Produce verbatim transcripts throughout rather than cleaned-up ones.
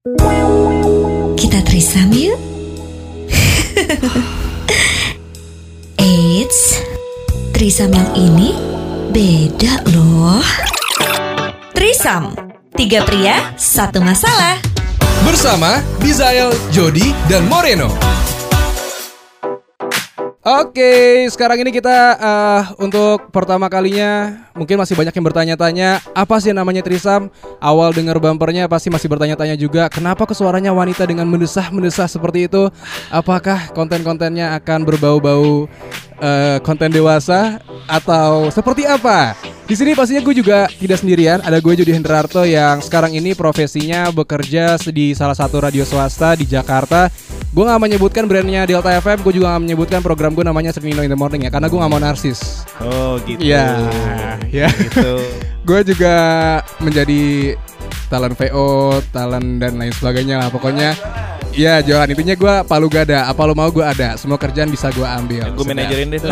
Kita trisam yuk. Eits, trisam yang ini beda loh. Trisam, tiga pria, satu masalah. Bersama Bizael, Jody, dan Moreno. Oke, sekarang ini kita uh, untuk pertama kalinya mungkin masih banyak yang bertanya-tanya apa sih namanya trisam. Awal dengar bumpernya pasti masih bertanya-tanya juga, kenapa kok suaranya wanita dengan mendesah-mendesah seperti itu? Apakah konten-kontennya akan berbau-bau uh, konten dewasa atau seperti apa? Di sini pastinya gue juga tidak sendirian. Ada gue Jody Hendrarto yang sekarang ini profesinya bekerja di salah satu radio swasta di Jakarta. Gue gak menyebutkan brandnya Delta F M. Gue juga gak menyebutkan program gue namanya Sernino in the Morning ya, karena gue gak mau narsis. Oh gitu. Ya, ya. Gitu. Gue juga menjadi talent V O, talent dan lain sebagainya lah. Pokoknya ya jualan, intinya gue palu gada. Apa lo mau gue ada. Semua kerjaan bisa gue ambil. Gue manajerin deh tuh.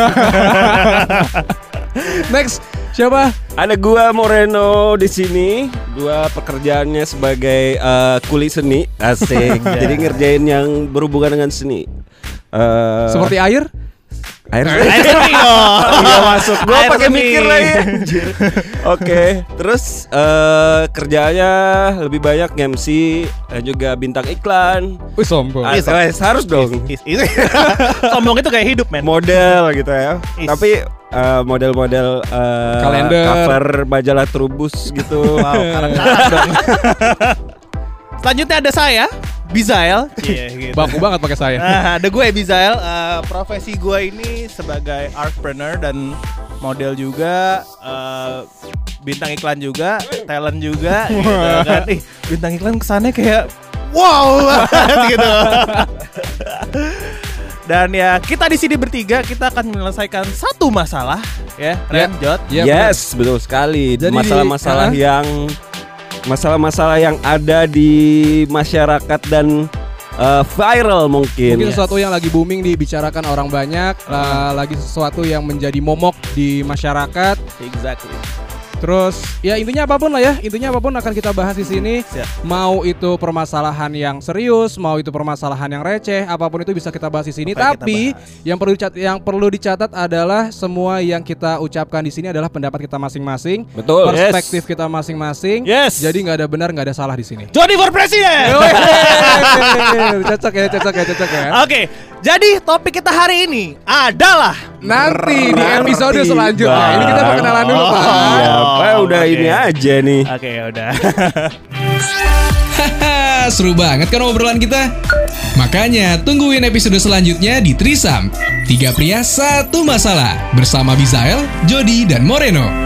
Next, siapa? Ada gua Moreno di sini. Gua pekerjaannya sebagai uh, kuli seni, asik. Jadi ngerjain yang berhubungan dengan seni. Uh, Seperti air? Air Air seni loh. Iya masuk. Gua Air pakai seni. mikir lagi. Anjir. Oke, terus uh, kerjanya lebih banyak M C dan juga bintang iklan. Wih sombong. Ah, wes, harus dong. Is, is. Sombong itu kayak hidup, men. Model gitu ya. Is. Tapi uh, model-model uh, Kalender. cover majalah Trubus gitu. Wow, karang-karang dong. Selanjutnya ada saya, Bizael. Iya, gitu. Baku banget pakai saya. Nah, ada gue Bizael. Uh, profesi gue ini sebagai artpreneur dan model juga, uh, bintang iklan juga, talent juga. Gitu kan. Ih, bintang iklan kesannya kayak wow banget gitu. Dan ya kita di sini bertiga kita akan menyelesaikan satu masalah ya, Ren, Jod. Ya, Yes, betul sekali. Jadi, Masalah-masalah uh, yang masalah-masalah yang ada di masyarakat dan uh, viral mungkin. Mungkin sesuatu yang lagi booming dibicarakan orang banyak, uh, lagi sesuatu yang menjadi momok di masyarakat. Exactly. Terus ya intinya apapun lah ya, intinya apapun akan kita bahas di sini. Siap. Mau itu permasalahan yang serius, mau itu permasalahan yang receh, apapun itu bisa kita bahas di sini. Apa yang Tapi kita bahas? yang perlu dicatat, yang perlu dicatat adalah semua yang kita ucapkan di sini adalah pendapat kita masing-masing, Betul. perspektif kita masing-masing. Yes. Jadi nggak ada benar, nggak ada salah di sini. Jody for President. Cocok ya, cocok ya, cocok ya. Oke, jadi topik kita hari ini adalah Nanti di Nanti, episode selanjutnya. Bang. Ini kita mau kenalan dulu, Pak. Iya, Pak, udah oke. ini aja nih. Oke, ya udah. Hahaha, seru banget kan obrolan kita? Makanya tungguin episode selanjutnya di Trisam. Tiga pria, satu masalah. Bersama Bizael, Jody, dan Moreno.